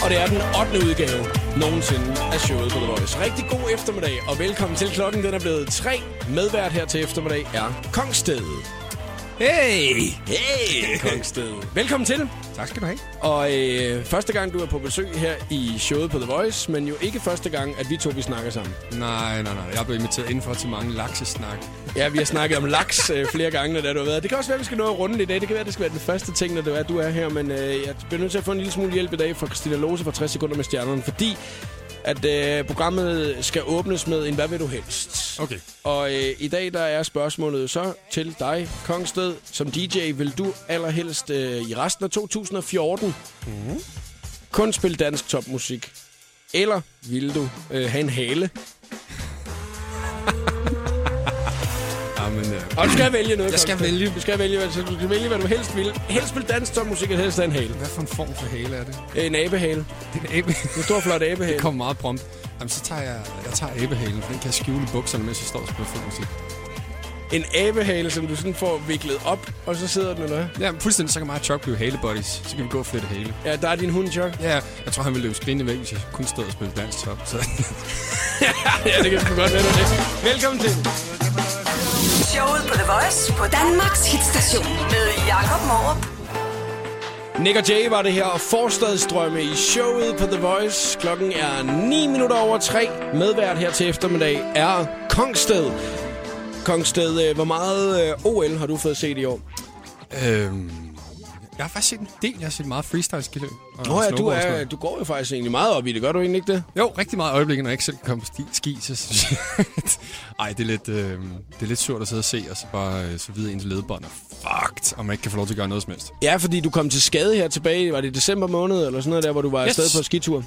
Og det er den 8. udgave nogensinde af showet på The Voice. Rigtig god eftermiddag, og velkommen til. Klokken den er blevet 3. Medvært her til eftermiddag er Kongsted. Hey! Hey, Kongsted. Velkommen til. Tak skal du have. Og første gang, du er på besøg her i showet på The Voice, men jo ikke første gang, at vi to vi snakker sammen. Nej. Jeg er blevet inviteret indenfor til mange laksesnak. Ja, vi har snakket om laks flere gange, da du har været. Det kan også være, at vi skal nå at runde i dag. Det kan være, det skal være den første ting, når det er, du er her. Men jeg bliver nødt til at få en lille smule hjælp i dag fra Christina Lose fra 60 sekunder med stjernerne, fordi at programmet skal åbnes med en hvad vil du helst. Okay. Og i dag der er spørgsmålet så til dig, Kongsted. Som DJ vil du allerhelst i resten af 2014 kun spille dansk topmusik? Eller vil du have en hale? Og du skal vælge noget. Jeg skal vælge. Du skal vælge, hvad du helst vil. Helst spille dansk topmusik, og helst have en hale. Hvad for en form for hale er det? En abehale. Det er en abe. En stor, flot abehale. Det kommer meget prompt. Jamen, så tager jeg abehalen, for den kan jeg skjule i bukserne, mens jeg står og spiller fed musik. En abehale, som du sådan får viklet op, og så sidder den, eller hvad? Ja, fuldstændig. Så kan mig og Chuck blive halebuddies. Så kan vi gå og flette hale. Ja, der er din hund, Chuck. Ja, jeg tror, han ville løbe skrigende væk, hvis jeg kun stod og spille dansk top. Så. Ja, det kan sgu godt være det. Velkommen til. Showet på The Voice på Danmarks hitstation med Jakob Morup. Nick og Jay var det her, og Forstadsdrømme i showet på The Voice. Klokken er 9:03. Medvært her til eftermiddag er Kongsted. Kongsted, hvor meget OL har du fået set i år? Jeg har faktisk set en del. Jeg har set meget freestyle-skill. Du går jo faktisk egentlig meget op i det. Gør du egentlig ikke det? Jo, rigtig meget øjeblikket, når jeg ikke selv kan komme på ski, så synes jeg... Ej, det er lidt surt at sidde og se, og så bare så videre ens ledbånd er fucked, og man ikke kan få lov til at gøre noget som helst. Ja, fordi du kom til skade her tilbage, var det i december måned, eller sådan noget der, hvor du var afsted på skitur?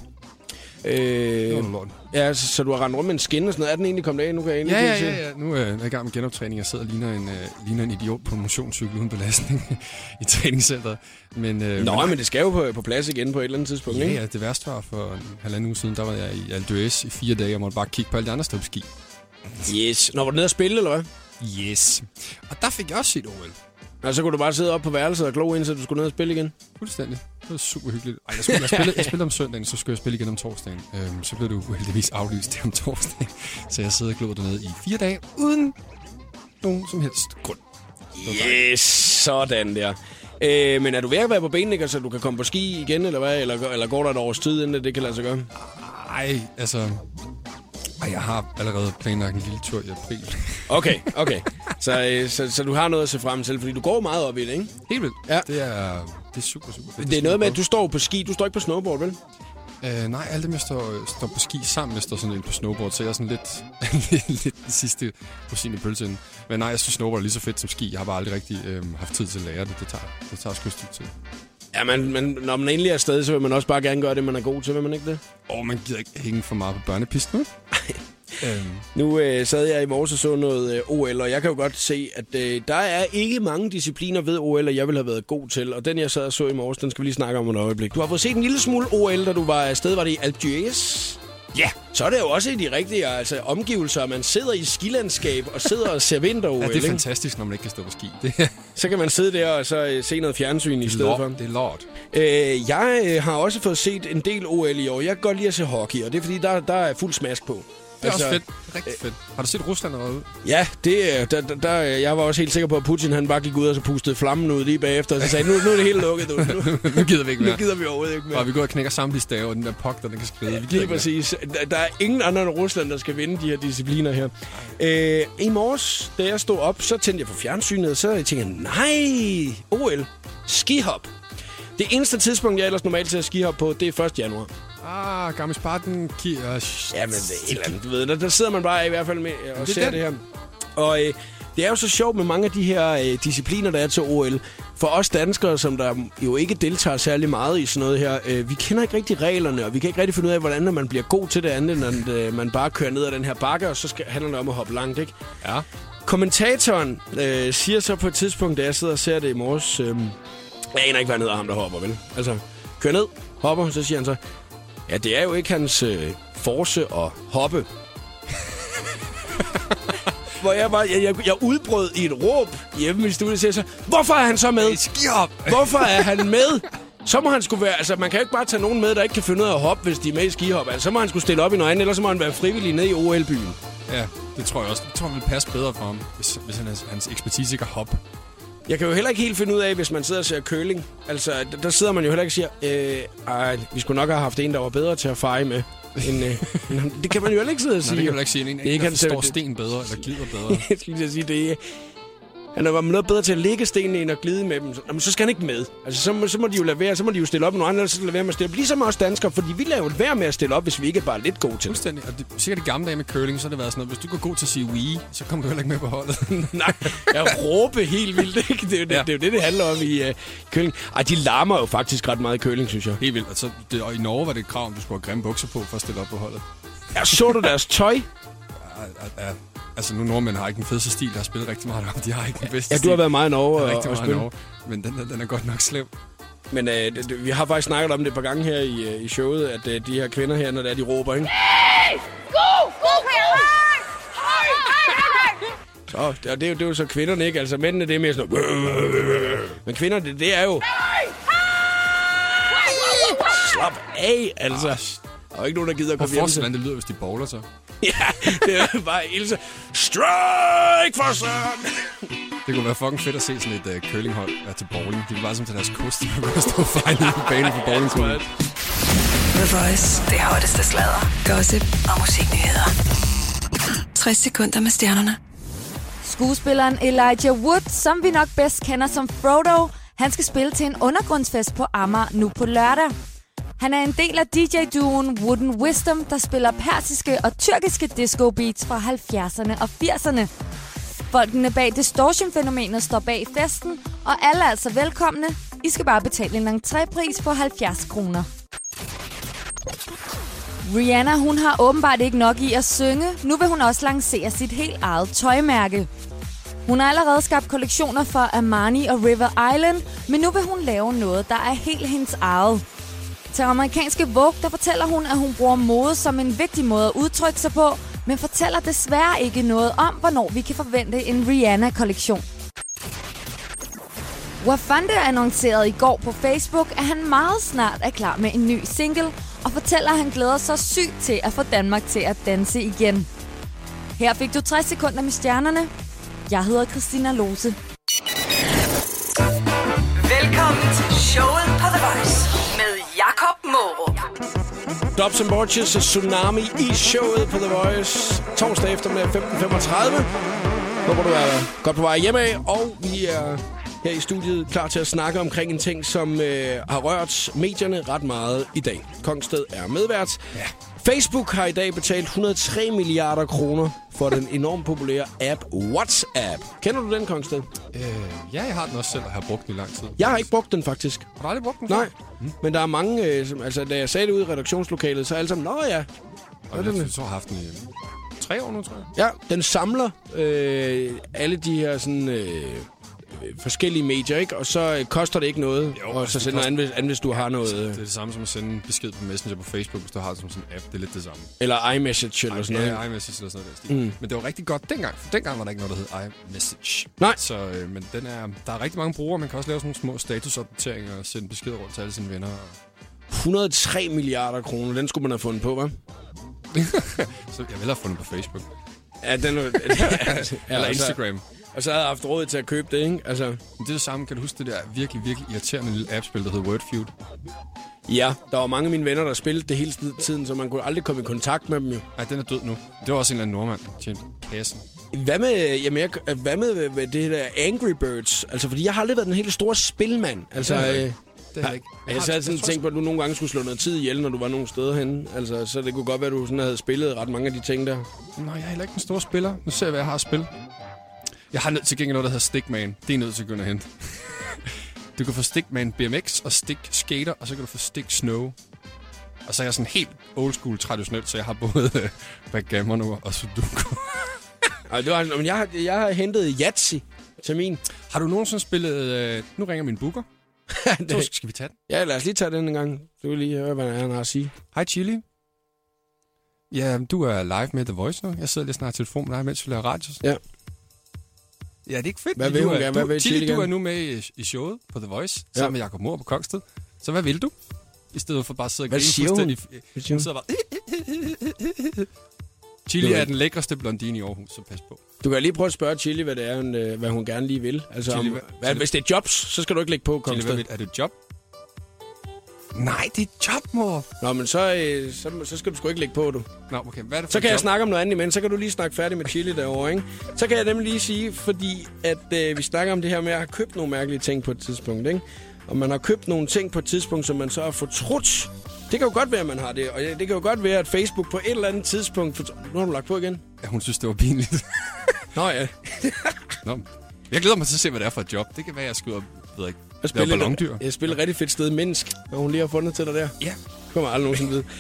Ja, så du har rendt rundt med en skin og sådan noget. Er den egentlig kommet af? Nu kan jeg egentlig Ja. Nu er jeg i gang med genoptræning. Jeg sidder og ligner en idiot på en motionscykel uden belastning i træningscenteret. Men det skal jo på plads igen på et eller andet tidspunkt, ikke? Ja, det værste var for en halvanden uge siden, der var jeg i Alpe d'Huez i 4 dage, og måtte bare kigge på alle de andre steder på ski. Yes. Var du nede at spille, eller hvad? Yes. Og der fik jeg også set OL. Og så kunne du bare sidde op på værelset og glo ind, så du skulle ned og spille igen? Fuldstændig. Det var super hyggeligt. Jeg spillede om søndagen, så skulle jeg spille igen om torsdagen. Så blev det uheldigvis aflyst om torsdagen. Så jeg sidder og glod dernede i 4 dage, uden nogen som helst grund. Yes, sådan der. Men er du ved at være på benene, så du kan komme på ski igen, eller hvad? Eller går der et års tid, inden det kan lade sig gøre? Ej, altså... jeg har allerede planlagt en lille tur i april. Okay. Så du har noget at se frem til, fordi du går meget op i det, ikke? Helt vildt. Ja. Det er super fedt. Det er noget med, at du står på ski. Du står ikke på snowboard, vel? Nej, alle dem, jeg står på ski sammen med, står sådan lidt på snowboard, så jeg er sådan lidt den sidste rosin i pølsen. Men nej, jeg synes snowboard er lige så fedt som ski. Jeg har bare aldrig rigtig haft tid til at lære det. Det tager sgu et stykke tid. Ja, men når man endelig er afsted, så vil man også bare gerne gøre det, man er god til, vil man ikke det? Man gider ikke hænge for meget på børnepisten. Nu sad jeg i morges og så noget OL, og jeg kan jo godt se, at der er ikke mange discipliner ved OL, og jeg ville have været god til. Og den, jeg sad og så i morges, den skal vi lige snakke om et øjeblik. Du har fået set en lille smule OL, da du var afsted. Var det i Alpe d'Huez? Ja, så er det jo også i de rigtige omgivelser. Man sidder i skilandskab og sidder og ser vinter-OL. Ja, det er fantastisk, når man ikke kan stå på ski. Så kan man sidde der og så se noget fjernsyn i stedet for. Det er lort. Jeg har også fået set en del OL i år. Jeg kan godt lide at se hockey, og det er fordi, der er fuld smask på. Det er også fedt. Rigtig fedt. Har du set Rusland derude? Ja, jeg var også helt sikker på, at Putin han bare gik ud og så pustede flammen ud lige bagefter, og så sagde, nu er det helt lukket. Nu gider vi ikke mere. Nu gider vi overhovedet ikke mere. Og vi går og knækker samtlige stave, og den der pok, der den kan skride. Lige præcis. Der er ingen andre end Rusland, der skal vinde de her discipliner her. I morges, da jeg stod op, så tændte jeg på fjernsynet, og så tænkte jeg, nej, OL, skihop. Det eneste tidspunkt, jeg ellers normalt ser skihop på, det er 1. januar. Garmisch-Partenkirchen. Ja, men det er et eller andet, du ved. Der sidder man bare i hvert fald med og ser det her. Og det er jo så sjovt med mange af de her discipliner, der er til OL. For os danskere, som der jo ikke deltager særlig meget i sådan noget her, vi kender ikke rigtig reglerne, og vi kan ikke rigtig finde ud af, hvordan man bliver god til det andet, når man bare kører ned ad den her bakke, og så handler det om at hoppe langt, ikke? Ja. Kommentatoren siger så på et tidspunkt, da jeg sidder og ser det i morges, jeg aner ikke, hvad han hedder ham, der hopper, vel? Altså, kører ned, hopper, så siger han så, ja, det er jo ikke hans force at hoppe. Hvor jeg udbrød i et råb hjemme i studiet, og siger så, hvorfor er han så med? Skihop! Hvorfor er han med Så må han skulle være... Altså, man kan jo ikke bare tage nogen med, der ikke kan finde ud af at hoppe, hvis de er med i skihop. Altså, så må han skulle stille op i noget andet, eller så må han være frivillig nede i OL-byen. Ja, det tror jeg også. Jeg tror, det vil passe bedre for ham, hvis hans ekspertise kan hoppe. Jeg kan jo heller ikke helt finde ud af, hvis man sidder og ser curling. Altså, der sidder man jo heller ikke og siger, vi skulle nok have haft en, der var bedre til at feje med. Det kan man jo heller ikke sidde og sige. Nej, det kan man ikke sige. En, der forstår sten bedre, eller glider bedre. Jeg skal sige, det er... Han er noget bedre til at lægge stenene end at glide med dem. Jamen, så skal han ikke med. Altså, så må de jo lade være. Så må de jo stille op med nogle andre, eller så lade være med at stille op. Ligesom os danskere, fordi vi laver jo være med at stille op, hvis vi ikke er bare lidt gode til det. Fuldstændig. Og sikkert de gamle dage med curling, så har det været sådan noget. Hvis du går god til at sige wee, så kommer du heller ikke med på holdet. Nej, jeg råber helt vildt, ikke? Det er jo det handler om i curling. Ej, de larmer jo faktisk ret meget i curling, synes jeg. Helt vildt. Altså, og i Norge var det et krav, om du skulle have grimme bukser på for at stille op på holdet. Ja, så du deres tøj? Ja. Altså, nu nordmænd har ikke den fedeste stil, der har spillet rigtig meget op. De har ikke den bedste stil. Ja, du har været meget i Norge og spille. Men den er godt nok slem. Men vi har faktisk snakket om det et par gange her i showet, at de her kvinder her, når de råber, ikke? Hey! Go, Så, det er jo så kvinderne, ikke? Altså, mændene, det er mere sådan noget. Men kvinder, det er jo... Slap af, altså. Der er ikke nogen, der gider at komme hjem til. Det lyder, hvis de bowler så. Ja, det er bare Ilse. Strike for søren! Det kunne være fucking fedt at se sådan et curlinghold være til bowling. De er bare som til deres kost. De kunne stå fejlet på banen for bowlingkuglen. The Voice. Det hotteste sladder, gossip og musiknyheder. 60 sekunder med stjernerne. Skuespilleren Elijah Wood, som vi nok bedst kender som Frodo, han skal spille til en undergrundsfest på Amager nu på lørdag. Han er en del af DJ-duoen Wooden Wisdom, der spiller persiske og tyrkiske disco-beats fra 70'erne og 80'erne. Folkene bag Distortion-fænomenet står bag festen, og alle er altså velkomne. I skal bare betale en entrépris på 70 kroner. Rihanna, hun har åbenbart ikke nok i at synge. Nu vil hun også lancere sit helt eget tøjmærke. Hun har allerede skabt kollektioner for Armani og River Island, men nu vil hun lave noget, der er helt hendes eget. Til amerikanske Vogue, der fortæller hun, at hun bruger mode som en vigtig måde at udtrykke sig på, men fortæller desværre ikke noget om, hvornår vi kan forvente en Rihanna-kollektion. Wafande annoncerede i går på Facebook, at han meget snart er klar med en ny single, og fortæller, at han glæder sig sygt til at få Danmark til at danse igen. Her fik du 60 sekunder med stjernerne. Jeg hedder Christina Lose. Velkommen til showet på The Voice med Jakob Morup. Dobs and Borges og Tsunami i showet på The Voice. Torsdag eftermiddag 15:35. Håber du er godt på vej hjemme, og vi er her i studiet klar til at snakke omkring en ting, som har rørt medierne ret meget i dag. Kongsted er medvært. Ja. Facebook har i dag betalt 103 milliarder kroner for den enormt populære app WhatsApp. Kender du den, Kongsted? Ja, jeg har den også selv og har brugt den i lang tid. Jeg har ikke brugt den, faktisk. Har du aldrig brugt den? Nej, men der er mange, altså da jeg sagde det ud i redaktionslokalet, så er alle sammen, nå ja. Og jeg har haft den i 3 år nu, tror jeg. Ja, den samler alle de her sådan... forskellige medier, ikke? Og så koster det ikke noget, jo, og så sender andet, hvis du har noget... Det er det samme som at sende en besked på Messenger på Facebook, hvis du har det som sådan en app. Det er lidt det samme. Eller iMessage eller sådan noget. Ja, iMessage eller sådan noget. Men det var rigtig godt dengang, for dengang var der ikke noget, der hed iMessage. Nej. Så, men der er rigtig mange brugere. Man kan også lave sådan nogle små statusopdateringer og sende beskeder rundt til alle sine venner. 103 milliarder kroner, den skulle man have fundet på, hva'? Så jeg vil have fundet på Facebook. Ja, den eller Instagram. Og så havde jeg haft råd til at købe det, ikke? Altså. Det er det samme. Kan du huske det der virkelig, virkelig irriterende lille appspil, der hedder Wordfeud? Ja, der var mange af mine venner, der spillede det hele tiden, så man kunne aldrig komme i kontakt med dem jo. Nej, den er død nu. Det var også en eller anden nordmand, der tjente kassen. Hvad med det der Angry Birds? Altså, fordi jeg har aldrig været den helt store spilmand. Altså, det er ikke. Jeg havde sådan tænkt på, at du nogle gange skulle slå noget tid ihjel, når du var nogle steder henne. Altså, så det kunne godt være, at du sådan havde spillet ret mange af de ting der. Nej, jeg er heller ikke en stor spiller. Nu ser jeg, hvad jeg har at spille. Jeg har nødt til gengæld noget, der hedder Stickman. Det er nødt til at gå ind og hente. Du kan få Stickman BMX og Stick Skater, og så kan du få Stick Snow. Og så er jeg sådan helt old school traditionelt, så jeg har både backgammon og Sudoku. Jeg har hentet Yahtzee til min. Har du nogensinde spillet... Nu ringer min booker. Skal vi tage den? Ja, lad os lige tage den en gang. Du vil lige høre, hvad han har at sige. Hej Chili. Ja, du er live med The Voice nu. Jeg sidder lige snart i telefon med dig, mens vi laver radio. Ja. Ja, det er ikke fedt. Hvad vil hun gerne? Hvad vil Chili, du er nu med i showet på The Voice, sammen med Jakob Morup på Kongsted. Så hvad vil du? I stedet for bare at sidde og Hvad grine siger hun? Hun sidder bare... Chili er den lækreste blondine i Aarhus, så pas på. Du kan lige prøve at spørge Chili, hvad hun gerne lige vil. Altså, Chili, hvis det er jobs, så skal du ikke lægge på, Kongsted. Er det et job? Nej, det er et job, mor. Nå, men så skal du sgu ikke lægge på, du. Nå, okay. Hvad er det for Så kan job? jeg snakke om noget andet imens. Så kan du lige snakke færdig med Chili derovre, ikke? Så kan jeg nemlig lige sige, fordi at vi snakker om det her med at have købt nogle mærkelige ting på et tidspunkt, ikke? Og man har købt nogle ting på et tidspunkt, som man så har fortrudt. Det kan jo godt være, at man har det. Og det kan jo godt være, at Facebook på et eller andet tidspunkt... Nu har du lagt på igen. Ja, hun synes, det var pinligt. Nå ja. Nå. Jeg glæder mig til at se, hvad det er for et job. Det kan være, jeg skal ud og, ved ikke, lave ballondyr. Jeg spiller et rigtig fedt sted, Minsk, og hun lige har fundet til dig der. Ja. Det kommer aldrig nogensinde vide.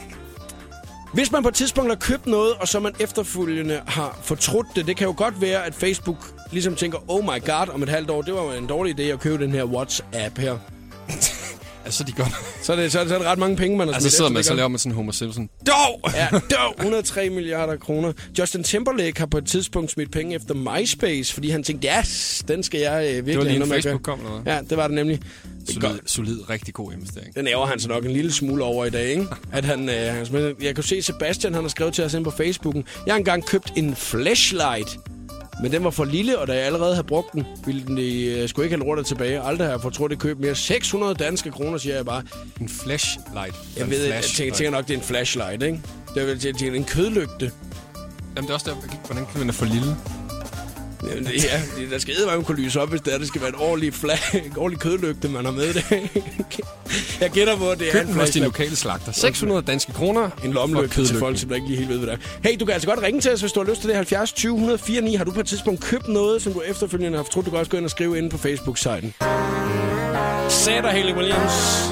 Hvis man på et tidspunkt har købt noget, og så man efterfølgende har fortrudt det, det kan jo godt være, at Facebook ligesom tænker, oh my god, om et halvt år, det var jo en dårlig idé at købe den her WhatsApp her. Altså, de gør Så er det ret mange penge, man har altså, smidt sidder efter, man så laver man sådan Homer Simpson. Ja, 103 milliarder kroner. Justin Timberlake har på et tidspunkt smidt penge efter MySpace, fordi han tænkte, den skal jeg virkelig... Det var lige en Facebook kom, eller hvad? Ja, det var det nemlig. Solid, rigtig god investering. Den ærger han så nok en lille smule over i dag, ikke? At han jeg kunne se Sebastian, han har skrevet til os ind på Facebooken. Jeg har engang købt en flashlight, men den var for lille, og da jeg allerede havde brugt den, ville den skulle ikke have lortet tilbage. Aldrig har jeg fortrudt det køb mere. 600 danske kroner, siger jeg bare. En flashlight. Jeg tænker nok, det er en flashlight, ikke? Det er en kødlygte. Jamen, det er også der, hvordan kan den være for lille? Ja, der skal eddermame kunne lyse op, hvis det skal være en ordentlig kødlygte, man har med det. Jeg gætter på, at det er en flashlight. Din lokale slagter. 600 danske kroner. En lommelygte til folk, som der ikke lige helt ved, hvad det er. Hey, du kan altså godt ringe til os, hvis du har lyst til det. 70 20 104 9. Har du på et tidspunkt købt noget, som du efterfølgende har fortrudt? Du kan også gå ind og skrive inde på Facebook-siden. Sarah Haley Williams.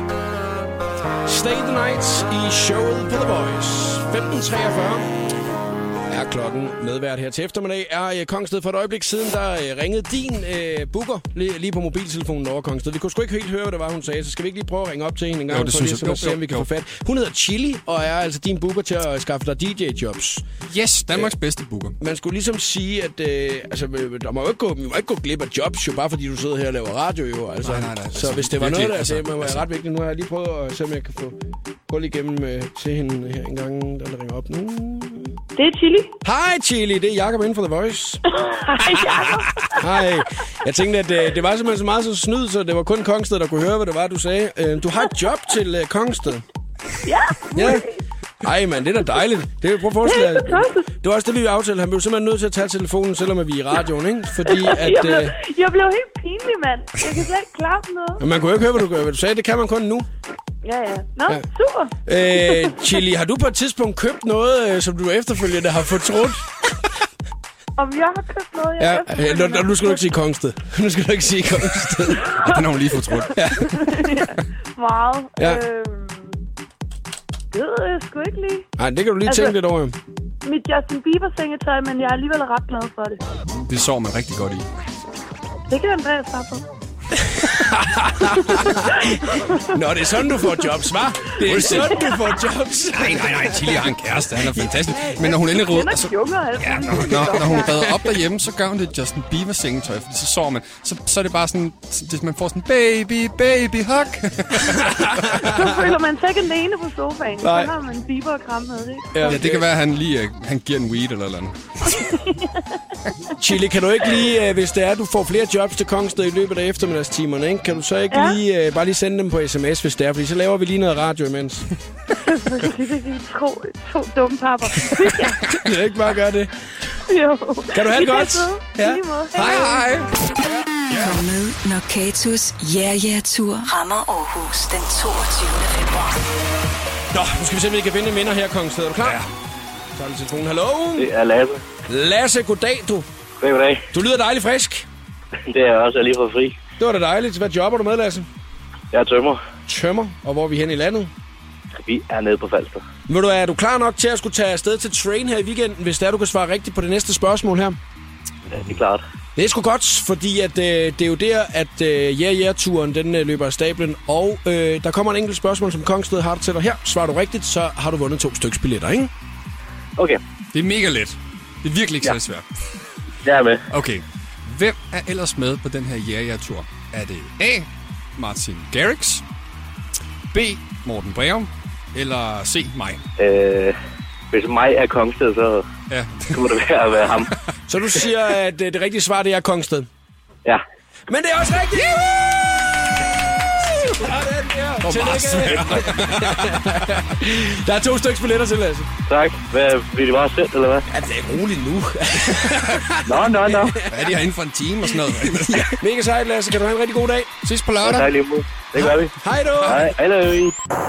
Stay the night i showet på The Voice. 15:43. Er klokken medvært her til eftermiddag. Er Kongsted for et øjeblik siden, der ringede din booker lige på mobiltelefonen over Kongsted. Vi kunne sgu ikke helt høre, hvad det var, hun sagde, så skal vi ikke lige prøve at ringe op til hende en gang, jo, det synes for at se, om vi kan få fat. Hun hedder Chili, og er altså din booker til at skaffe dig DJ-jobs. Yes, Danmarks bedste booker. Man skulle ligesom sige, at der må jo ikke gå glip af jobs, jo, bare fordi du sidder her og laver radio, jo. Altså. Nej. Så altså, hvis det var noget, der det må være ret vigtigt. Nu har jeg lige prøvet at se, om jeg kan få hul igennem til hende her en gang, der ringer op nu. Det er Chili. Hej Chili, det er Jakob inden for The Voice. Hej Jakob. Hej. Jeg tænkte, at det var simpelthen så meget så snyd, så det var kun Kongsted, der kunne høre, hvad det var, du sagde. Du har et job til Kongsted. Ja. Ej, mand, det er da dejligt. Det er prøv at forestille dig. Det var også det, vi aftalte. Han blev simpelthen nødt til at tage telefonen, selvom vi er i radioen, ikke? Fordi at... Jeg blev helt pinlig, mand. Jeg kan slet ikke klare noget. Man kunne jo ikke høre, hvad du sagde. Det kan man kun nu. Ja. Nå, ja. Super. Chili, har du på et tidspunkt købt noget, som du efterfølgende har fortrudt? Om jeg har købt noget, jeg efterfølgende... Nu skal du ikke sige Kongsted. Nu skal du ikke sige Kongsted. Den har hun lige fortrudt. Ja. Meget. Ja. Det ved jeg sgu ikke lige. Nej, det kan du lige tænke lidt over. Mit Justin Bieber-sengetøj, men jeg er alligevel ret glad for det. Det sover man rigtig godt i. Det kan Andreas svare på. Nå, det er sådan, du får jobs, hva'? Det er sådan, du får jobs. Nej, Chili har en kæreste, han er fantastisk. Men når hun endelig råd... Altså, ja, når hun redder op derhjemme, så gør hun det Justin Bieber sengetøj, fordi så sover man. Så er det bare sådan, man får sådan baby hug. Så føler man sig ikke alene på sofaen. Så har man Bieber og kram med, ikke? Ja, det kan være, at han giver en weed eller andet. Chili, kan du ikke lige, hvis det er, du får flere jobs til Kongsted i løbet af eftermiddagstimerne, ikke? Kan du så ikke lige, bare lige sende dem på sms, hvis det er? Fordi så laver vi lige noget radio imens. to dumme papper. Det er ikke bare at gøre det. Jo. Kan du have det godt? Ja. Hej. Kom med, når Katos Ja-Ja-tur rammer Aarhus den 22. februar. Nå, nu skal vi se, om vi kan finde en vinder her, Kongsted. Er du klar? Ja. Så er det telefonen. Hallo? Det er Lasse. Lasse, goddag, du. Goddag. Du lyder dejligt frisk. Det er jeg også, jeg lige fået fri. Det var da dejligt. Hvad jobber du med, Lasse? Jeg er tømrer. Tømmer? Og hvor er vi hen i landet? Vi er nede på Falster. Er du klar nok til at skulle tage afsted til train her i weekenden, hvis det er, du kan svare rigtigt på det næste spørgsmål her? Ja, det er klart. Det er sgu godt, fordi at, det er jo der, at turen den løber af stablen. Og der kommer en enkelt spørgsmål, som Kongsted har til dig her. Svarer du rigtigt, så har du vundet 2 styks billetter, ikke? Okay. Det er mega let. Det er virkelig ikke så svært. Jeg er med. Okay. Hvem er ellers med på den her Ja-Ja-tur? Er det A. Martin Garrix, B. Morten Breum, eller C. mig? Hvis mig er Kongsted, så må det være ham. Så du siger, at det rigtige svar, det er Kongsted? Ja. Men det er også rigtigt! Der er 2 stykker billetter til, Lasse. Tak. Vil det bare sendt, eller hvad? Ja, det er roligt nu. Nå. Hvad er de her inden for en time og sådan noget? Mega sejt, Lasse. Kan du have en rigtig god dag? Ses på lørdag. Ja, lige måde. Det gør vi. Hej du. Hej.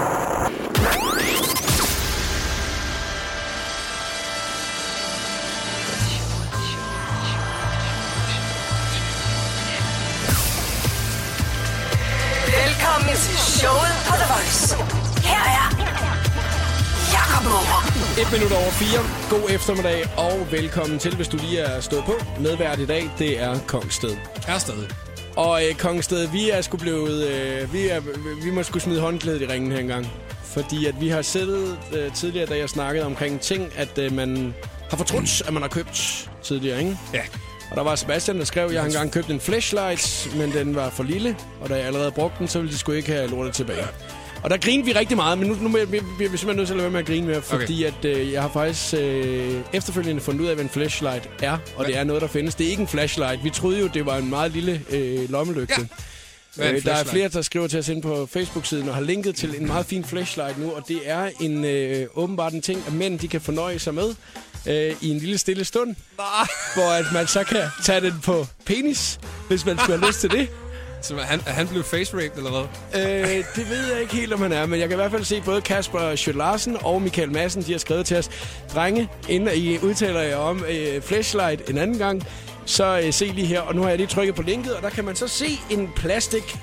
Velkommen til showet på The Voice. Her er Jakob Morup. 1 minut over 4. God eftermiddag, og velkommen til, hvis du lige er stået på. Medvært i dag, det er Kongsted. Her stadig. Og Kongsted, vi er sgu blevet... vi må sgu smide håndklædet i ringen her engang. Fordi at vi har siddet tidligere, da jeg snakkede omkring ting, at man har fortrudt, at man har købt tidligere, ikke? Ja. Og der var Sebastian, der skrev, at jeg har engang købt en flashlight, men den var for lille, og da jeg allerede brugte den, så ville de sgu ikke have lortet tilbage. Og der grinede vi rigtig meget, men nu bliver vi simpelthen nødt til at lade være med at grine mere, fordi at jeg har faktisk efterfølgende fundet ud af, hvad en flashlight er, og det er noget, der findes. Det er ikke en flashlight. Vi troede jo, det var en meget lille lommelygte. Ja. Der er flere, der skriver til os ind på Facebook-siden og har linket til en meget fin flashlight nu, og det er en åbenbart en ting, at mænd de kan fornøje sig med i en lille stille stund, hvor at man så kan tage den på penis, hvis man skulle have lyst til det. Så er han blevet face-raped, eller hvad? Det ved jeg ikke helt, om han er, men jeg kan i hvert fald se både Kasper Schødt Larsen og Michael Madsen, de har skrevet til os, drenge, inden I udtaler jer om flashlight en anden gang, så se lige her, og nu har jeg lige trykket på linket, og der kan man så se en plastik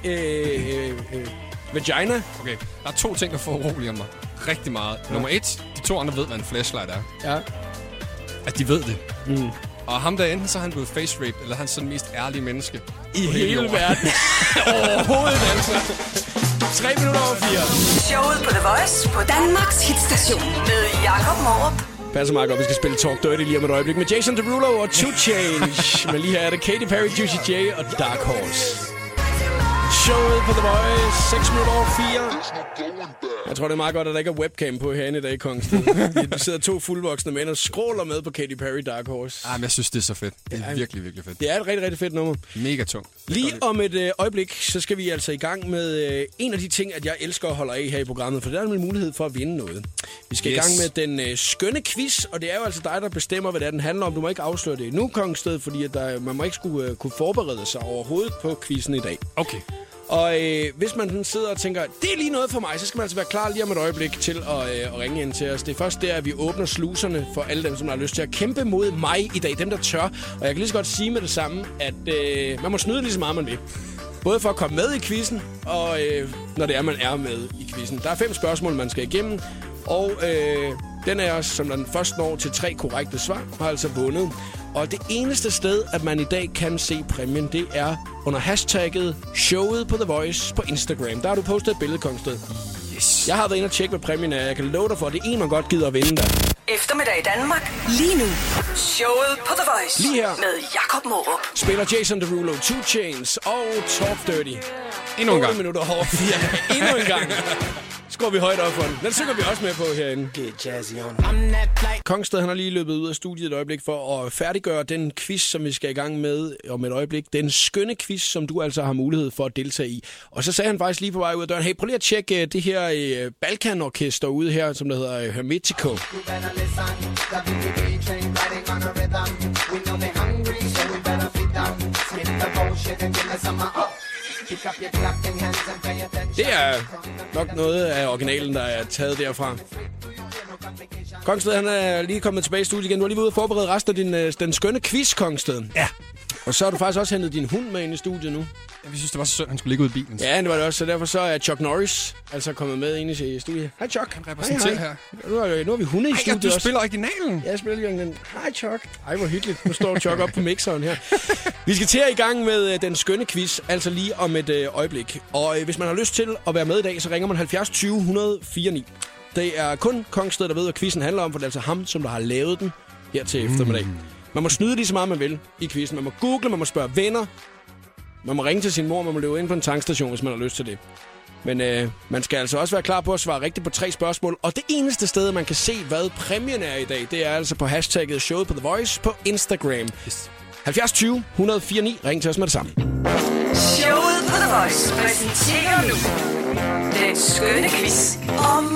vagina. Okay, der er 2 ting, der foruroliger mig rigtig meget. Ja. Nummer 1, de 2 andre ved, hvad en flashlight er. Ja. At de ved det. Mm. Og ham der enten, så er han blevet face-raped, eller han er sådan den mest ærlige menneske i hele verden. Overhovedet altså. 3 minutter over 4. Showet på The Voice på Danmarks hitstation med Jakob Morup. Passer meget godt, vi skal spille Talk Dirty lige om et øjeblik med Jason Derulo og 2 Chainz. Men lige her er det Katy Perry, Juicy J og Dark Horse. Showet på The Voice, 6 minutter over 4. Jeg tror, det er meget godt, at der ikke er webcam på herinde i dag, Kongsted. Du sidder 2 fuldvoksne mænd og scroller med på Katy Perry Dark Horse. Men jeg synes, det er så fedt. Det er virkelig, virkelig fedt. Det er et rigtig, rigtig fedt nummer. Mega tungt. Lige om et øjeblik, så skal vi altså i gang med en af de ting, at jeg elsker at holde af her i programmet, for der er en mulighed for at vinde noget. Vi skal i gang med den skønne quiz, og det er jo altså dig, der bestemmer, hvad det er, den handler om. Du må ikke afsløre det endnu, Kongsted, fordi at man må ikke kunne forberede sig overhovedet på quizzen i dag. Okay. Og hvis man sidder og tænker, det er lige noget for mig, så skal man altså være klar lige om et øjeblik til at ringe ind til os. Det er først der, at vi åbner sluserne for alle dem, som har lyst til at kæmpe mod mig i dag. Dem, der tør. Og jeg kan lige så godt sige med det samme, at man må snyde lige så meget, man vil. Både for at komme med i quizzen, og når det er, man er med i quizzen. Der er 5 spørgsmål, man skal igennem. Og den er også, som den først når til 3 korrekte svar, har altså vundet. Og det eneste sted, at man i dag kan se præmien, det er under hashtagget showet på The Voice på Instagram. Der har du postet et billede, Kongsted. Yes. Jeg har været inde og tjekke, hvad præmien er. Jeg kan love dig for, at det er en, man godt gider at vinde der. Eftermiddag i Danmark. Lige nu. Showet på The Voice. Lige her. Med Jakob Morup. Spiller Jason Derulo, 2 Chainz og Talk Dirty. Endnu en gang. 8 minutter over 4. Endnu en gang. Skår vi højt op for den. Den synger vi også med på herinde. Kongsted, han har lige løbet ud af studiet et øjeblik for at færdiggøre den quiz, som vi skal i gang med om et øjeblik. Den skønne quiz, som du altså har mulighed for at deltage i. Og så sagde han faktisk lige på vej ud af døren, hey, prøv lige at tjekke det her Balkan-orkester ude her, som der hedder Hermetico. Det er nok noget af originalen, der er taget derfra. Kongsted, han er lige kommet tilbage i studiet igen. Du har lige været ude og forberede resten af den skønne quiz, Kongsted. Ja. Og så har du faktisk også hentet din hund med ind i studiet nu. Ja, vi synes, det var så synd, han skulle ligge ude i bilen. Ja, det var det også. Så derfor så er Chuck Norris altså kommet med ind i studiet. Hej, Chuck. Han repræsenterer her. Nu har vi hunde i studiet også. Du spiller originalen. Ja, jeg spiller lige den. Hej, Chuck. Ej, hvor hyggeligt. Nu står Chuck op på mixeren her. Vi skal til at i gang med den skønne quiz, altså lige om et øjeblik. Og hvis man har lyst til at være med i dag, så ringer man 70 20 104 9. Det er kun Kongsted, der ved, hvad quizzen handler om, for det er altså ham, som der har lavet den her til eftermiddag. Man må snyde lige så meget, man vil i quizzen. Man må google, man må spørge venner. Man må ringe til sin mor, man må løbe ind på en tankstation, hvis man har lyst til det. Men man skal altså også være klar på at svare rigtigt på 3 spørgsmål. Og det eneste sted, man kan se, hvad præmien er i dag, det er altså på hashtagget showet på The Voice på Instagram. Yes. 70 20 104 9. Ring til os med det samme. Showet på The Voice præsenterer nu den skønne quiz om...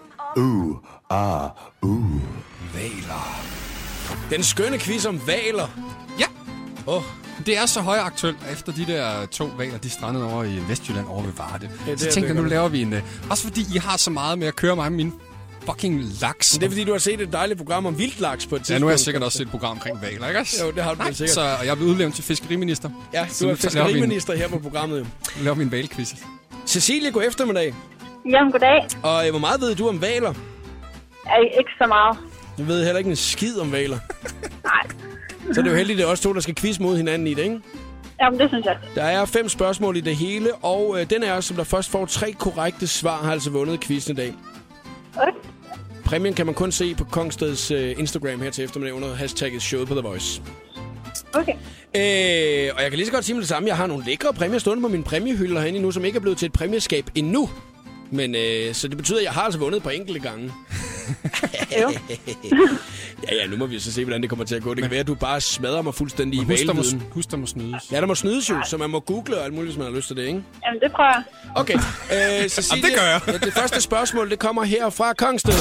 Hvaler. Den skønne quiz om hvaler. Ja. Det er så højaktuelt, efter de der 2 hvaler, de strandede over i Vestjylland over ved Varde. Ja, så tænkte jeg, nu laver vi en... Også fordi I har så meget med at køre mig med min fucking laks. Men det er fordi, du har set et dejligt program om vildlaks på et tidspunkt. Ja, nu har jeg sikkert også set et program omkring hvaler, ikke også? Jo, det har du sikkert. Så jeg er blevet udlevet til fiskeriminister. Ja, du er fiskeriminister her på programmet. Nu laver vi en hvalquiz. Cecilie, god eftermiddag. Jamen, goddag. Og hvor meget ved du om hvaler? Ikke så meget. Du ved heller ikke en skid om hvaler. Nej. Så det er jo heldigt, det er os 2, der skal quiz mod hinanden i det, ikke? Jamen, det synes jeg. Der er 5 spørgsmål i det hele, og den er os, som der først får 3 korrekte svar, har altså vundet quizzen i dag. Okay. Præmien kan man kun se på Kongsteds Instagram her til eftermiddag under hashtagget showet på The Voice. Okay. Og jeg kan lige så godt sige med det samme. Jeg har nogle lækre præmier stående på min præmiehylder herinde nu, som ikke er blevet til et præmieskab endnu. Men så det betyder, at jeg har altså vundet på enkelte gange. Jo. Ja, nu må vi så se, hvordan det kommer til at gå. Det kan være, at du bare smadrer mig fuldstændig i valgviden. Husk, der må snydes. Ja, der må snydes jo, så man må google og alt muligt, hvis man har lyst til det, ikke? Jamen, det prøver jeg. Okay, Cecilie, det gør jeg. Ja, det første spørgsmål, det kommer her fra Kongsted.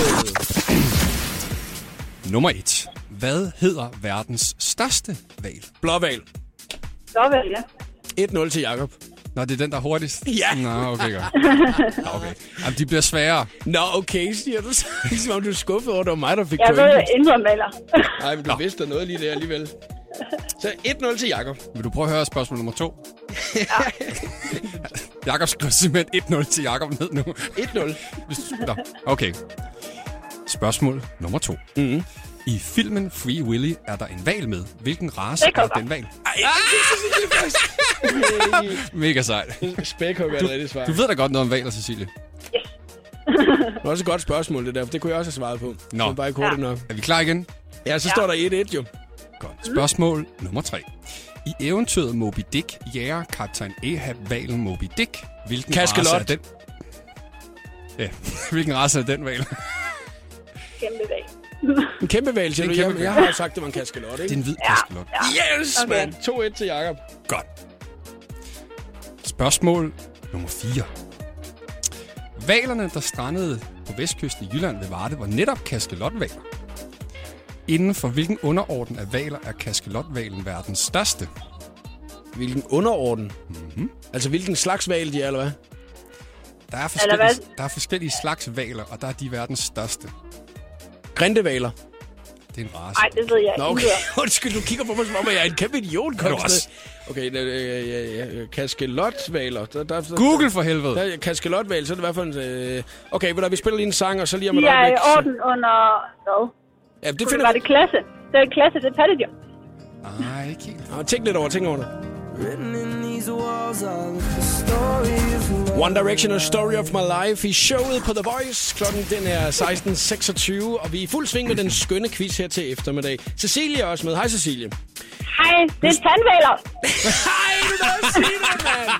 Nummer 1. Hvad hedder verdens største hval? Blåhval. Blåhval, ja. 1-0 til Jakob. Nå, det er den, der er hurtigst? Ja. Nå, okay, godt. Okay. Jamen, de bliver sværere. Nå, okay, siger du så. Ligesom om du er skuffet over, det var mig, der fik point. Jeg ved indrømmaler. Nej, men du vidste noget lige der alligevel. Så 1-0 til Jakob. Vil du prøve at høre spørgsmål nummer 2? Ja. Jakob skriver simpelthen 1-0 til Jakob ned nu. 1-0. Nå, okay. Spørgsmål nummer 2. Mm-hmm. I filmen Free Willy er der en hval med. Hvilken race er den hval? Mega sejt. Spækhugger er det rigtigt svar. Du ved da godt noget om hvaler, Cecilie. Yes. Det var også et godt spørgsmål, det der. Det kunne jeg også have svaret på. Nå. Det bare ikke hurtigt nok. Er vi klar igen? Ja, så står der 1-1 jo. Godt. Spørgsmål nummer 3. I eventyret Moby Dick jager kaptajn Ahab hvalen Moby Dick. Hvilken race er den? Ja, hvilken race er den hval? Kæmpe hval. En kæmpe hval, siger du? Jeg har sagt, det var en kaskelot, ikke? Det er en hvid kaskelot. Ja. Yes, okay. Man. 2-1 til Jakob. Godt. Spørgsmål nummer 4. Hvalerne, der strandede på vestkysten i Jylland ved Varde, var netop kaskelothvaler. Inden for hvilken underorden af hvaler er kaskelothvalen verdens største? Hvilken underorden? Mm-hmm. Altså hvilken slags hval de er, eller hvad? Der er forskellige slags hvaler, og der er de verdens største. Grindehvaler. Det er en race. Nej, det ved jeg ikke. Okay, undskyld, du kigger på mig, som om jeg er en kæmpe idiot. Okay, kaskelothvaler. Google for helvede. Der er kaskelothval, så er det i hvert fald... Okay, vi spiller lige en sang, og så lige om et øjeblik. Jeg er i orden under... Hvad? Ja, det finder var det klasse? Det er klasse, det er pattedyr. Nej, ikke helt. Tænk lidt over, det. One Direction, A Story of My Life i showet på The Voice. Klokken den er 16.26, og vi er i fuld sving med den skønne quiz her til eftermiddag. Cecilie er også med. Hej, Cecilie. Hej, det er tandhvaler. Hej, du nåede at sige det, mand.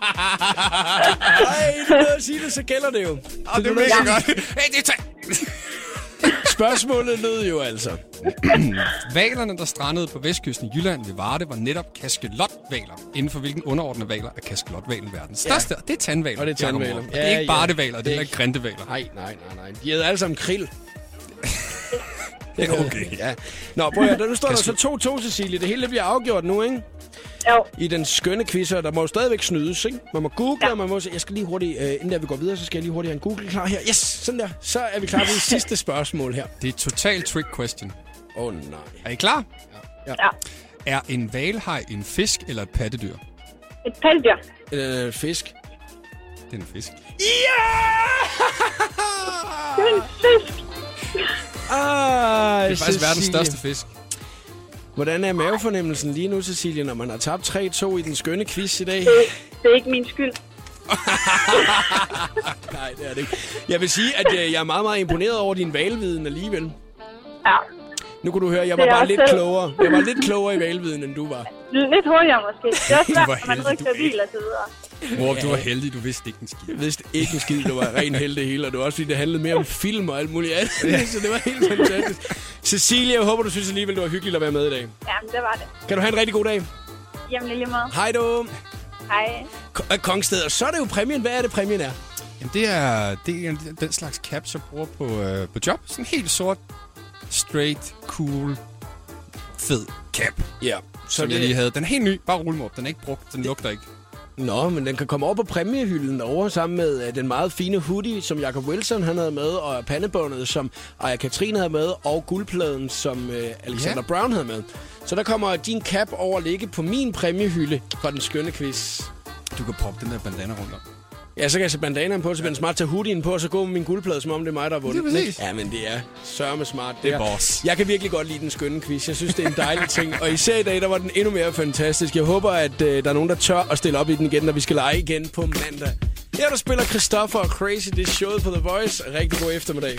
Hej, du nåede at sige det, så gælder det jo. Det er mega godt. Hey, det er Spørgsmålet lød jo altså. Hvalerne, der strandede på vestkysten i Jylland ved Varde, var netop kaskelothvaler. Inden for hvilken underordnede hvaler er kaskelothvalen verdens største? Og det er tandhvaler. Og det er tandhvaler. Og det er ikke bardehvaler, det er ikke grindehvaler. Nej. De hedder alle sammen krill. Det er okay. Ja. Nå, prøv at nu står der så 2-2, Cecilie. Det hele bliver afgjort nu, ikke? Jo. I den skønne quizzer, der må jo stadigvæk snydes, ikke? Man må google, og man må... Jeg skal lige hurtigt... inden der vi går videre, så skal jeg lige hurtigt have en Google klar her. Yes, sådan der. Så er vi klar til det sidste spørgsmål her. Det er et total trick question. Nej. Er I klar? Ja. Er en hvalhaj en fisk eller et pattedyr? Et pattedyr. Fisk. Det er en fisk. Ja! Det er en fisk. Det er faktisk verdens største fisk. Hvordan er mavefornemmelsen lige nu, Cecilie, når man har tabt 3-2 i den skønne quiz i dag? Det er ikke min skyld. Nej, det er det ikke. Jeg vil sige, at jeg er meget, meget imponeret over din hvalviden alligevel. Ja. Nu kunne du høre, jeg var bare lidt klogere. Jeg var lidt klogere i valgviden, end du var. Lidt hurtigere måske. Det er også svært, når man ikke kører bil og så videre. Wow, du var heldig, du vidste ikke en skid. Jeg vidste ikke en skid, du var ren heldig hele, og det var også fordi, det handlede mere om film og alt muligt andet. Så det var helt fantastisk. Cecilia, jeg håber, du synes alligevel, det var hyggeligt at være med i dag. Jamen, det var det. Kan du have en rigtig god dag? Jamen, lige meget. Hej du. Hej. Kongsted, og så er det jo præmien. Hvad er det, præmien er? Jamen, det er den slags caps, jeg bruger på job. Sådan helt sort, straight, cool, fed cap. Ja. Som jeg lige havde. Den er helt ny. Bare rulle mig op. Den er ikke brugt. Den lugter ikke. Nå, men den kan komme over på præmiehylden over sammen med den meget fine hoodie, som Jacob Wilson han havde med, og pandebåndet, som Aya Katrin havde med, og guldpladen, som Alexander Brown havde med. Så der kommer din cap over at ligge på min præmiehylde fra den skønne quiz. Du kan proppe den der bandana rundt om. Ja, så kan jeg sætte bandanaen på, så bliver den smart tage hoodien på, og så gå med min guldplade, som om det er mig, der har vundet. Det er præcis. Ja, men det er sørme smart. Det er boss. Jeg kan virkelig godt lide den skønne quiz. Jeg synes, det er en dejlig ting. Og især i dag, der var den endnu mere fantastisk. Jeg håber, at der er nogen, der tør at stille op i den igen, når vi skal lege igen på mandag. Her der spiller Christoffer og Crazy. Det er showet på The Voice. Rigtig god eftermiddag.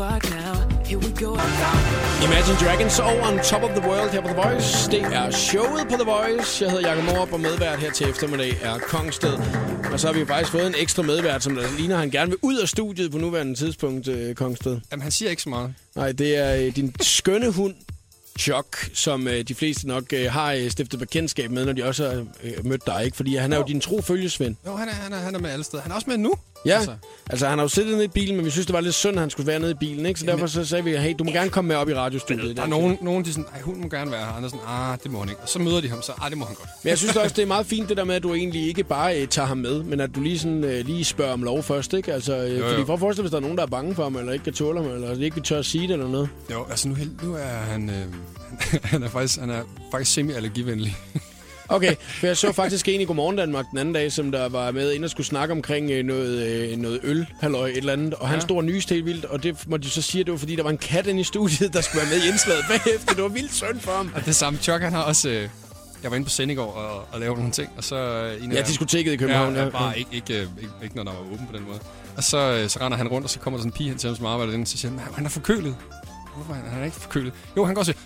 Imagine Dragons og On Top of the World her på The Voice. Det er showet på The Voice. Jeg hedder Jakob Morup, og medvært her til eftermiddag er Kongsted. Og så har vi faktisk fået en ekstra medvært, som der ligner, han gerne vil ud af studiet på nuværende tidspunkt, Kongsted. Jamen, han siger ikke så meget. Nej, det er din skønne hund, Chuck, som de fleste nok har stiftet bekendtskab med, når de også har mødt dig, ikke? Fordi han er jo din tro følgesvend. Jo, han er med alle steder. Han er også med nu. Ja, altså han har jo siddet nede i bilen, men vi synes, det var lidt synd, at han skulle være nede i bilen, ikke? Så derfor så sagde vi, hey, du må gerne komme med op i radiostudiet. Der er nogen, de sådan, hunden må gerne være her. Han er sådan, det må han ikke. Og så møder de ham, så det må han godt. Men jeg synes også, det er meget fint, det der med, at du egentlig ikke bare tager ham med, men at du lige spørger om lov først, ikke? Altså, fordi for at forestille, hvis der er nogen, der er bange for ham, eller ikke kan tåle ham, eller ikke vil tørre at sige det eller noget. Jo, altså nu er han... han er faktisk semi-allergivenlig. Okay, for jeg så faktisk en i Godmorgen Danmark den anden dag, som der var med ind og skulle snakke omkring noget øl, halløj, et eller andet, og han stod og nyste helt vildt, og det må de så sige, at det var fordi, der var en kat inde i studiet, der skulle være med i indslaget bagefter. Det var vildt synd for ham. Og det samme Chuck, han har også... Jeg var inde på scenen i går og lavede nogle ting, og så... diskoteket i København. Ja, bare ikke når der var åben på den måde. Og så render han rundt, og så kommer der sådan en pige hen til ham, som arbejder den, og så siger han er forkølet. Hvorfor han er ikke forkølet? Jo, han går også...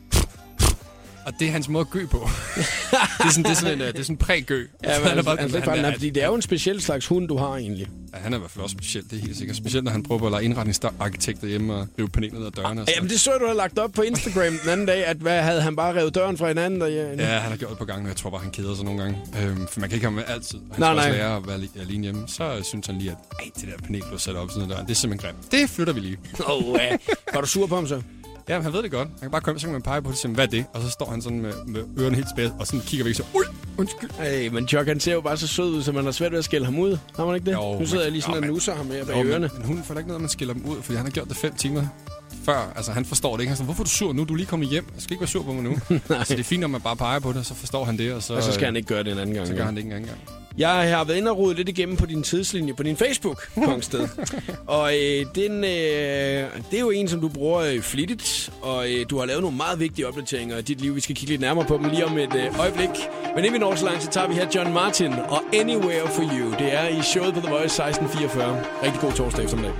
Og det er hans måde at gø på. det er sådan en prægø. Ja, fordi det er jo en speciel slags hund, du har egentlig. Ja, han er i hvert fald også speciel, det er helt sikkert. Specielt, når han prøver at lade indretningsarkitekter hjemme og rive paneler ned ad dørene. Jamen, det så du har lagt op på Instagram den anden dag, at havde han bare revet døren fra hinanden? Ja, han har gjort det på gangen, og jeg tror bare, han keder sig nogle gange. For man kan ikke have med altid. Han skal også lære at være alene hjemme. Så synes han lige, at det der panel, du har sat op sådan døren, det er simpelthen grimt. Det flytter vi lige. Var du sur på ham så? Ja, han ved det godt. Han kan bare komme, så kan man pege på det, og hvad er det? Og så står han sådan med ørerne helt spædt, og sådan kigger væk, så undskyld. Ej, men Chuck, han ser jo bare så sød ud, så man har svært ved at skælde ham ud. Har man ikke det? Jo, nu sidder jeg lige sådan og nusser ham her bag ørerne. Men hunden får ikke noget, at man skælder dem ud, fordi han har gjort det 5 timer før. Altså, han forstår det ikke. Han siger, hvorfor er du sur nu? Du er lige kommet hjem. Jeg skal ikke være sur på mig nu. Så det er fint, når man bare peger på det, så forstår han det. Og så skal han ikke gøre det en anden gang. Så gør han det ikke en anden gang. Jeg har været inde og rodet lidt igennem på din tidslinje på din Facebook, Kongsted. Og det er jo en, som du bruger flittigt, og du har lavet nogle meget vigtige opdateringer af dit liv. Vi skal kigge lidt nærmere på dem lige om et øjeblik. Men inden vi når så langt, så tager vi her John Martin og Anywhere for You. Det er i showet på The Voice 16:44. Rigtig god torsdag eftermiddag.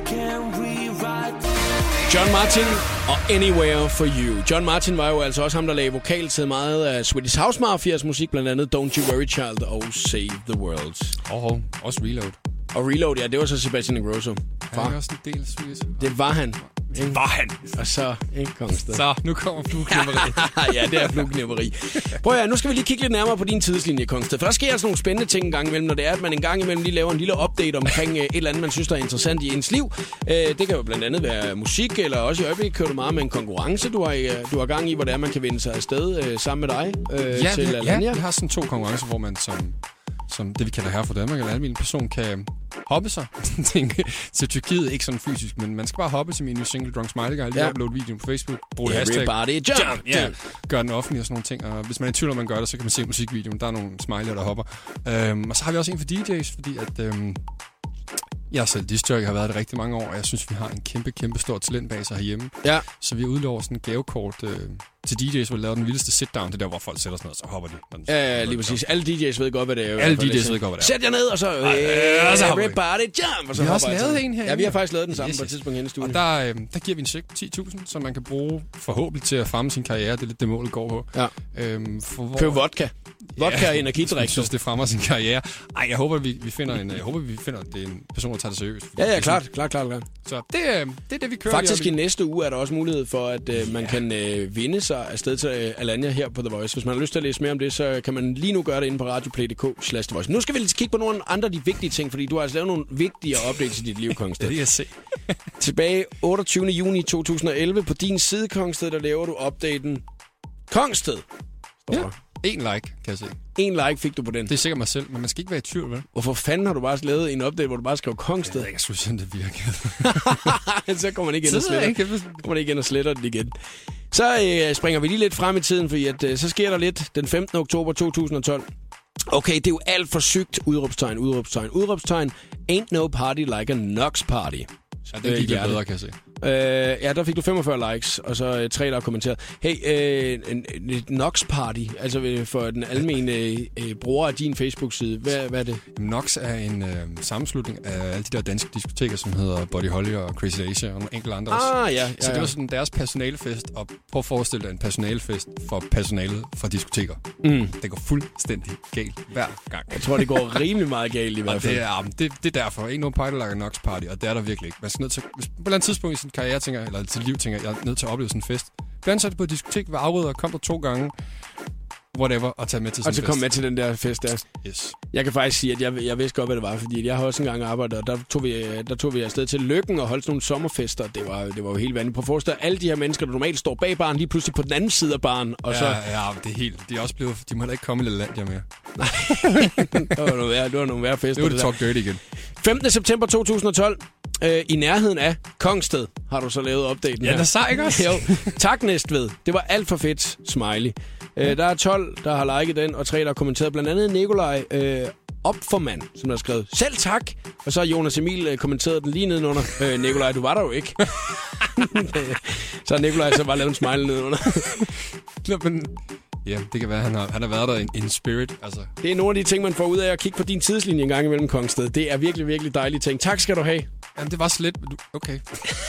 John Martin og Anywhere for You. John Martin var jo altså også ham, der lagde vokal til meget af Swedish House Mafias musik, blandt andet Don't You Worry Child og Save the World. Også Reload. Og Reload, ja, det var så Sebastian Ingrosso. Han er også en del Swedish. Det var han. Det var han. Og så, ikke Kongsted. Så, nu kommer flueknipperi. Ja, det er flueknipperi. Prøv at nu skal vi lige kigge lidt nærmere på din tidslinje, Kongsted. For der sker altså nogle spændende ting en gang imellem, når det er, at man en gang imellem lige laver en lille update omkring et eller andet, man synes, der er interessant i ens liv. Det kan jo blandt andet være musik, eller også i øjeblikket kører du meget med en konkurrence, du har gang i, hvor det er, man kan vinde sig afsted sammen med dig til Alanya. Vi har sådan 2 konkurrencer, hvor man som det, vi kalder her for Danmark, eller almindelig person, kan hoppe sig til Tyrkiet. Ikke sådan fysisk, men man skal bare hoppe til min nye single, Drunk Smiley Guy. Lige uploade videoen på Facebook. Brug hashtag. Everybody jump! Yeah. Gør den offentlig og sådan nogle ting. Og hvis man er i tvivl, om man gør det, så kan man se musikvideoen. Der er nogle smiley'er, der hopper. Og så har vi også en for DJ's, fordi at... Jeg er selv disc-jockey, har været det rigtig mange år, og jeg synes, vi har en kæmpe stor talentbase herhjemme. Ja. Så vi udlover sådan en gavekort til DJ's, hvor de laver den vildeste sit-down, det der, hvor folk sætter sådan noget, så hopper de. Ja, lige præcis. Alle DJ's ved godt, hvad det er. Alle DJ's ved godt, hvad det er. Sæt jer ned, og så everybody jump, og så vi har også lavet en her. Ja, vi har faktisk lavet den samme på et tidspunkt hen i studiet. Og der giver vi en check 10.000, som man kan bruge forhåbentlig til at fremme sin karriere. Det er lidt det mål, det går på. Ja. Køb vodka. Vodka og energidrik. Jeg synes, det fremmer sin karriere. Ej, jeg håber, vi finder at det er en person, der tager det seriøst. Ja, klart. Så det er det, vi kører. Faktisk i næste uge er der også mulighed for, at man kan vinde sig afsted til Alanya her på The Voice. Hvis man har lyst til at læse mere om det, så kan man lige nu gøre det inde på radioplay.dk/The Voice. Nu skal vi lige kigge på nogle andre af de vigtige ting, fordi du har altså lavet nogle vigtige opdates i dit liv, Kongsted. Det er jeg se. Tilbage 28. juni 2011 på din side, Kongsted, der laver du opdaten Kongsted. Ja. 1 like, kan jeg se. 1 like fik du på den. Det er sikkert mig selv, men man skal ikke være i tvivl, vel? Hvorfor fanden har du bare lavet en update, hvor du bare skrev Kongsted? Jeg synes sådan, det virkede. Så kommer man ikke ind og sletter den igen. Så springer vi lige lidt frem i tiden, fordi at, så sker der lidt den 15. oktober 2012. Okay, det er jo alt for sygt. Udråbstegn. Ain't no party like a Nox party. Ja, det gik lidt bedre, kan jeg se. Ja, der fik du 45 likes, og så 3, der har kommenteret. Hey, Nox Party, altså for den almene bruger af din Facebook-side. Hvad er det? Nox er en sammenslutning af alle de der danske diskoteker, som hedder Buddy Holly og Crazy Asia og nogle enkelte andre også. Ja. Så det var sådan deres personalefest, og prøv at forestille dig en personalefest for personalet fra diskoteker. Det går fuldstændig galt hver gang. Jeg tror, det går rimelig meget galt i hvert fald. Det er derfor. Ikke nogen party like a Nox Party, og det er der virkelig ikke. Man skal nødt til, på et eller andet tidspunkt i sin karriere, eller til liv, tænker jeg er nødt til at opleve sådan en fest. Blev ansat på et diskotek, var afryddet og kom der 2 gange. Whatever, og tage med til sådan en fest. Og så kom med til den der fest der. Yes. Jeg kan faktisk sige, at jeg vidste godt, hvad det var, fordi jeg har også engang arbejdet, og der tog vi afsted til Løkken og holdt sådan nogle sommerfester. Det var jo helt vanligt. Prøv at forestille dig, alle de her mennesker, der normalt står bag baren, lige pludselig på den anden side af baren. Og ja, så... det er helt... De er også blevet... De må heller ikke komme i LaLandia mere. Nej, det var nogle værre fester. Det var det talk dirty igen. 15. september 2012. I nærheden af Kongsted har du så lavet opdaten her. Ja, der sej, ikke også? Jo. Tak, Næstved. Det var alt for fedt. Smiley. Der er 12, der har liket den, og 3, der har kommenteret. Blandt andet Nikolaj Opformand, som har skrevet, selv tak. Og så har Jonas Emil kommenteret den lige nedenunder. Nikolaj, du var der jo ikke. Så har Nikolaj så bare lavet en smiley nedenunder. Ja, det kan være, han har været der in spirit. Altså. Det er nogle af de ting, man får ud af at kigge på din tidslinje en gang imellem, Kongsted. Det er virkelig, virkelig dejlige ting. Tak skal du have. Jamen, det var slet... Okay.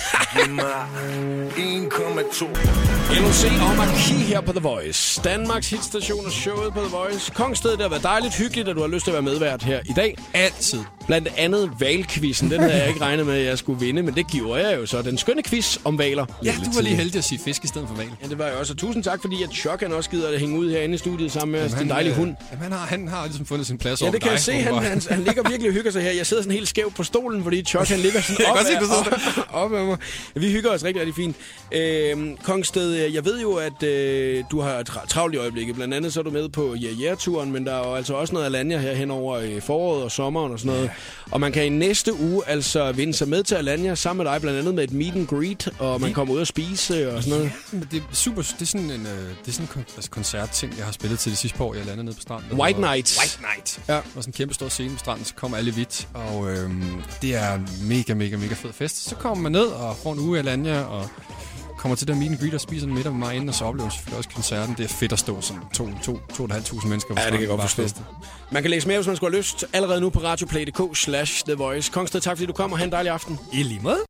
LOC og Marquis her på The Voice. Danmarks hitstation og showet på The Voice. Kongsted, det har været dejligt hyggeligt, at du har lyst til at være medvært her i dag. Altid. Blandt andet valquizzen. Den havde jeg ikke regnet med, at jeg skulle vinde, men det gjorde jeg jo så. Den skønne quiz om valer. Ja, du var lige heldig at sige fisk i stedet for val. Ja, det var jeg også. Og tusind tak, fordi at Chuck han også gider at hænge ud herinde i studiet sammen med den dejlige hund. Jamen, han har ligesom fundet sin plads over dig. Ja, det kan jeg se. Han ligger virkelig og hygger sig her. Jeg sidder sådan helt skævt på stolen, fordi Chuck han ligger sådan op af mig. Vi hygger os rigtig, rigtig fint. Kongsted, jeg ved jo, at du har travlt i øjeblikket. Blandt andet så er du med på turen, men der er jo altså også noget Alanya her hen over foråret og sommeren og sådan noget. Og man kan i næste uge altså vinde sig med til Alanya sammen med dig, blandt andet med et meet and greet, og man kommer ud og spise og sådan noget. Ja, det er super. Det er sådan en koncertting, jeg har spillet til det sidste år. Jeg landede nede på stranden. White Night. Ja. Og sådan en kæmpe stor scene på stranden, så kommer alle hvidt, og det er mega fed fest. Så kommer man ned og får en uge i Alanya, og kommer til der meet and greet og spiser en middag med mig inden, og så oplever selvfølgelig også koncerten. Det er fedt at stå sådan 2.500 mennesker. Ja, det kan jeg godt forstå. Man kan læse mere, hvis man skulle have lyst, allerede nu på radioplay.dk/The Voice. Kongsted, tak fordi du kom, og have en dejlig aften. I lige måde.